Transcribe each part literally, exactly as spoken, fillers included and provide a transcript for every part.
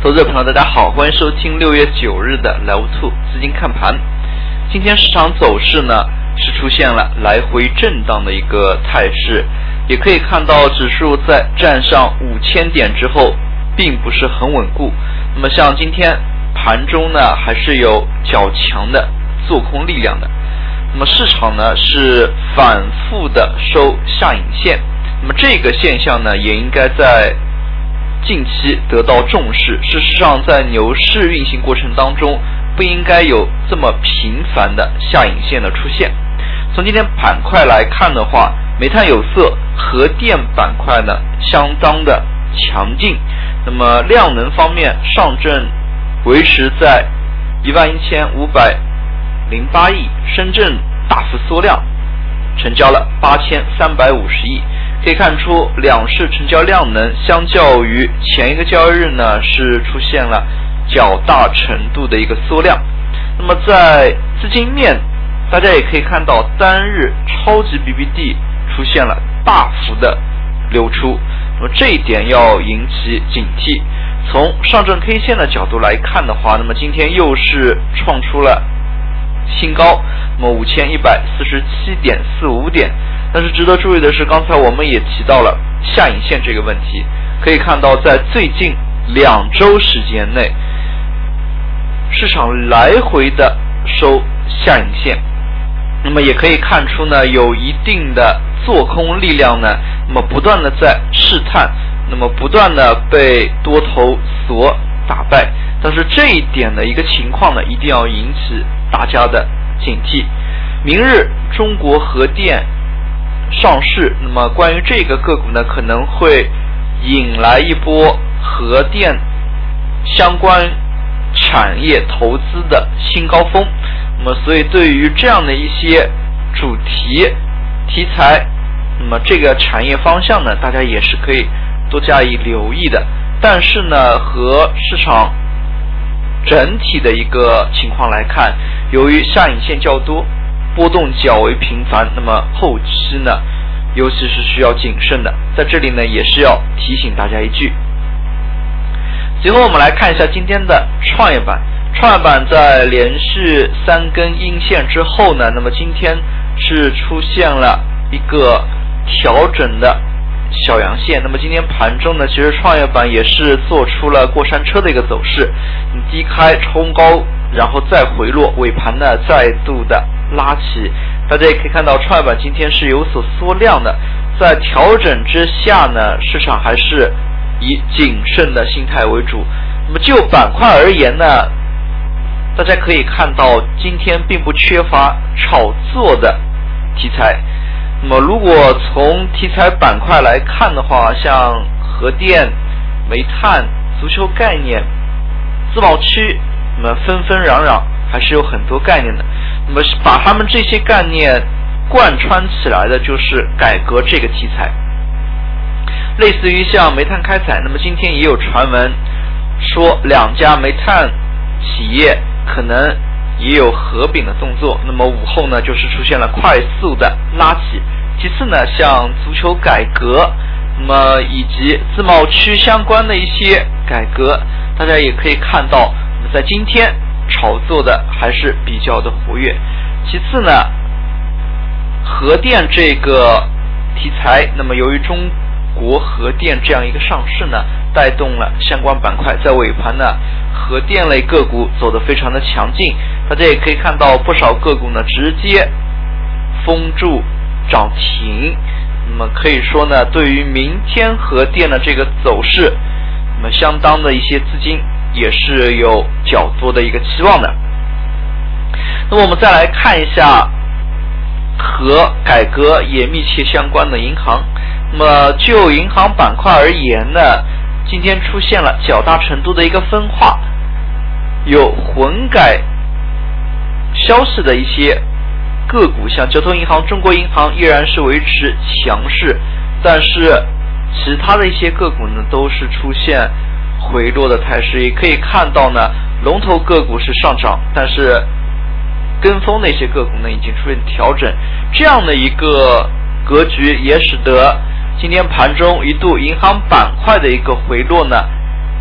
投资者朋友大家好，欢迎收听六月九日的莱芜兔资金看盘。今天市场走势呢是出现了来回震荡的一个态势，也可以看到指数在站上五千点之后并不是很稳固。那么像今天盘中呢还是有较强的做空力量的，那么市场呢是反复的收下影线，那么这个现象呢也应该在近期得到重视。事实上在牛市运行过程当中不应该有这么频繁的下影线的出现。从今天板块来看的话，煤炭有色、核电板块呢相当的强劲，那么量能方面上证维持在一万一千五百零八亿，深圳大幅缩量，成交了八千三百五十亿。可以看出两市成交量能相较于前一个交易日呢是出现了较大程度的一个缩量。那么在资金面大家也可以看到单日超级 B B D 出现了大幅的流出，那么这一点要引起警惕。从上证 K 线的角度来看的话，那么今天又是创出了新高，那么五千一百四十七点四五点。但是值得注意的是，刚才我们也提到了下影线这个问题，可以看到在最近两周时间内市场来回的收下影线，那么也可以看出呢有一定的做空力量呢，那么不断的在试探，那么不断的被多头所打败。但是这一点的一个情况呢一定要引起大家的警惕。明日中国核电上市，那么关于这个个股呢可能会引来一波核电相关产业投资的新高峰，那么所以对于这样的一些主题题材，那么这个产业方向呢大家也是可以多加以留意的。但是呢和市场整体的一个情况来看，由于下影线较多，波动较为频繁，那么后期呢尤其是需要谨慎的。在这里呢也是要提醒大家一句。最后我们来看一下今天的创业板。创业板在连续三根阴线之后呢，那么今天是出现了一个调整的小阳线。那么今天盘中呢其实创业板也是做出了过山车的一个走势，低开冲高然后再回落，尾盘呢再度的拉起。大家也可以看到创业板今天是有所缩量的，在调整之下呢市场还是以谨慎的心态为主。那么就板块而言呢，大家可以看到今天并不缺乏炒作的题材。那么如果从题材板块来看的话，像核电、煤炭、足球概念、自贸区，那么纷纷攘攘还是有很多概念的。那么把他们这些概念贯穿起来的就是改革这个题材。类似于像煤炭开采，那么今天也有传闻说两家煤炭企业可能也有合并的动作，那么午后呢就是出现了快速的拉起。其次呢像足球改革，那么以及自贸区相关的一些改革，大家也可以看到那么在今天炒作的还是比较的活跃。其次呢核电这个题材，那么由于中国核电这样一个上市呢带动了相关板块，在尾盘呢核电类个股走得非常的强劲，大家也可以看到不少个股呢直接封住涨停。那么可以说呢对于明天核电的这个走势，那么相当的一些资金也是有较多的一个期望的。那么我们再来看一下和改革也密切相关的银行。那么就银行板块而言呢，今天出现了较大程度的一个分化，有混改消息的一些个股，像交通银行、中国银行依然是维持强势，但是其他的一些个股呢都是出现回落的态势。也可以看到呢龙头个股是上涨，但是跟风的一些个股呢已经出现调整，这样的一个格局也使得今天盘中一度银行板块的一个回落呢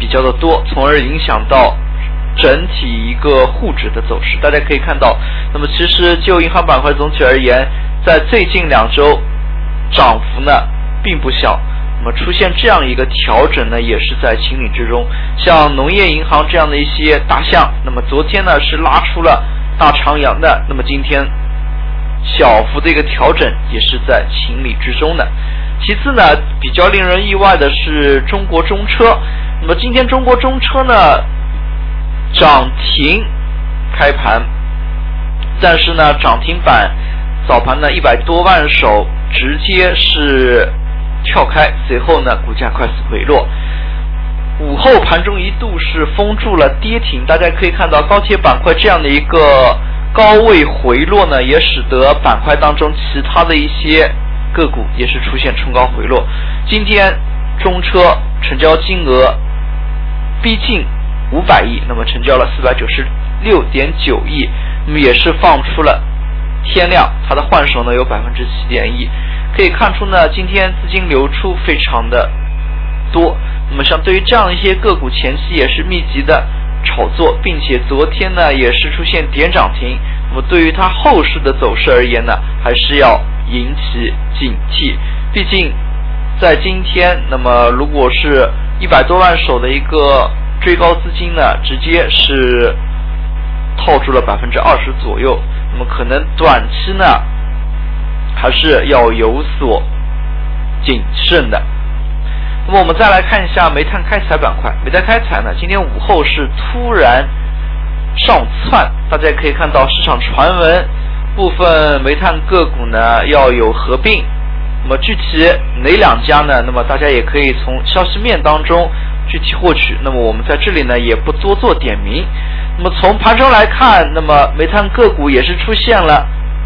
比较的多，从而影响到整体一个沪指的走势。大家可以看到，那么其实就银行板块总体而言，在最近两周涨幅呢并不小，那么出现这样一个调整呢也是在情理之中。像农业银行这样的一些大项，那么昨天呢是拉出了大长阳的，那么今天小幅的一个调整也是在情理之中的。其次呢，比较令人意外的是中国中车，那么今天中国中车呢涨停开盘，但是呢涨停板早盘呢一百多万手直接是跳开，随后呢股价快速回落，午后盘中一度是封住了跌停。大家可以看到高铁板块这样的一个高位回落呢，也使得板块当中其他的一些个股也是出现冲高回落。今天中车成交金额逼近五百亿，那么成交了四百九十六点九亿，那么也是放出了天量，它的换手呢有 百分之七点一， 可以看出呢今天资金流出非常的多。那么像对于这样一些个股，前期也是密集的炒作，并且昨天呢也是出现点涨停，那么对于它后市的走势而言呢，还是要引起警惕。毕竟在今天，那么如果是一百多万手的一个追高资金呢，直接是套住了 百分之二十 左右，那么可能短期呢还是要有所谨慎的。那么我们再来看一下煤炭开采板块，煤炭开采呢今天午后是突然上窜，大家可以看到市场传闻部分煤炭个股呢要有合并，那么具体哪两家呢，那么大家也可以从消息面当中具体获取，那么我们在这里呢也不多做点名。那么从盘中来看，那么煤炭个股也是出现了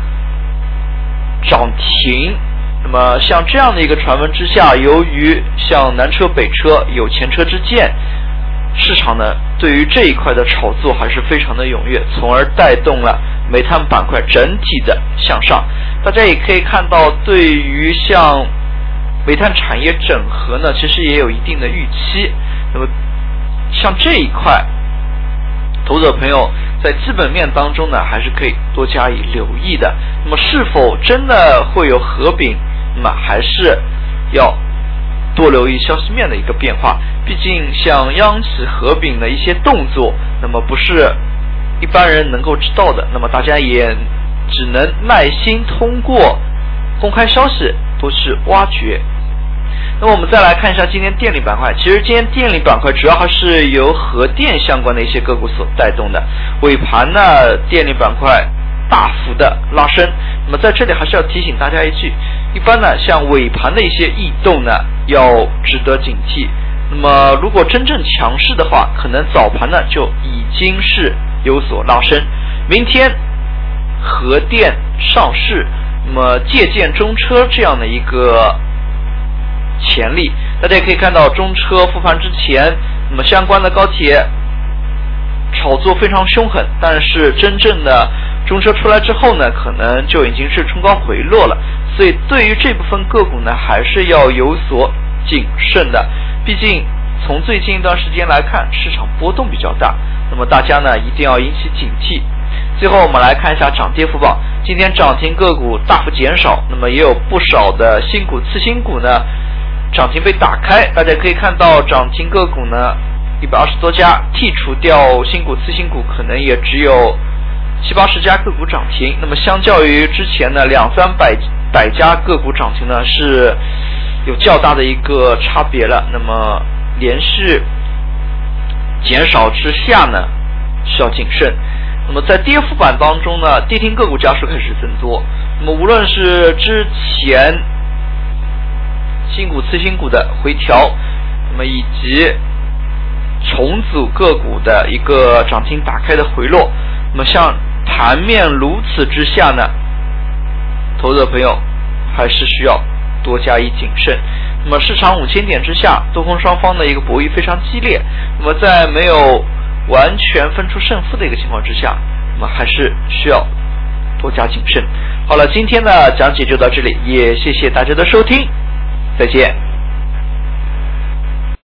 涨停。那么像这样的一个传闻之下，由于像南车北车有前车之鉴，市场呢对于这一块的炒作还是非常的踊跃，从而带动了煤炭板块整体的向上。大家也可以看到，对于像煤炭产业整合呢其实也有一定的预期，那么像这一块投资者朋友在基本面当中呢还是可以多加以留意的。那么是否真的会有合并，那么还是要多留意消息面的一个变化，毕竟像央企合并的一些动作，那么不是一般人能够知道的，那么大家也只能耐心通过公开消息多去挖掘。那么我们再来看一下今天电力板块，其实今天电力板块主要还是由核电相关的一些个股所带动的，尾盘呢电力板块大幅的拉升。那么在这里还是要提醒大家一句，一般呢像尾盘的一些异动呢要值得警惕，那么如果真正强势的话，可能早盘呢就已经是有所拉升。明天核电上市，那么借鉴中车这样的一个潜力，大家也可以看到中车复盘之前，那么相关的高铁炒作非常凶狠，但是真正的中车出来之后呢，可能就已经是冲高回落了，所以对于这部分个股呢还是要有所谨慎的，毕竟从最近一段时间来看，市场波动比较大，那么大家呢一定要引起警惕。最后我们来看一下涨跌幅榜，今天涨停个股大幅减少，那么也有不少的新股次新股呢涨停被打开，大家可以看到涨停个股呢一百二十多家，剔除掉新股次新股可能也只有七八十家个股涨停，那么相较于之前的两三百百家个股涨停呢是有较大的一个差别了，那么连续减少之下呢需要谨慎。那么在跌幅板当中呢，跌停个股家数开始增多，那么无论是之前新股次新股的回调，那么以及重组个股的一个涨停打开的回落，那么像盘面如此之下呢，投资者朋友还是需要多加以谨慎。那么市场五千点之下，多空双方的一个博弈非常激烈，那么在没有完全分出胜负的一个情况之下，那么还是需要多加谨慎。好了，今天的讲解就到这里，也谢谢大家的收听，再见。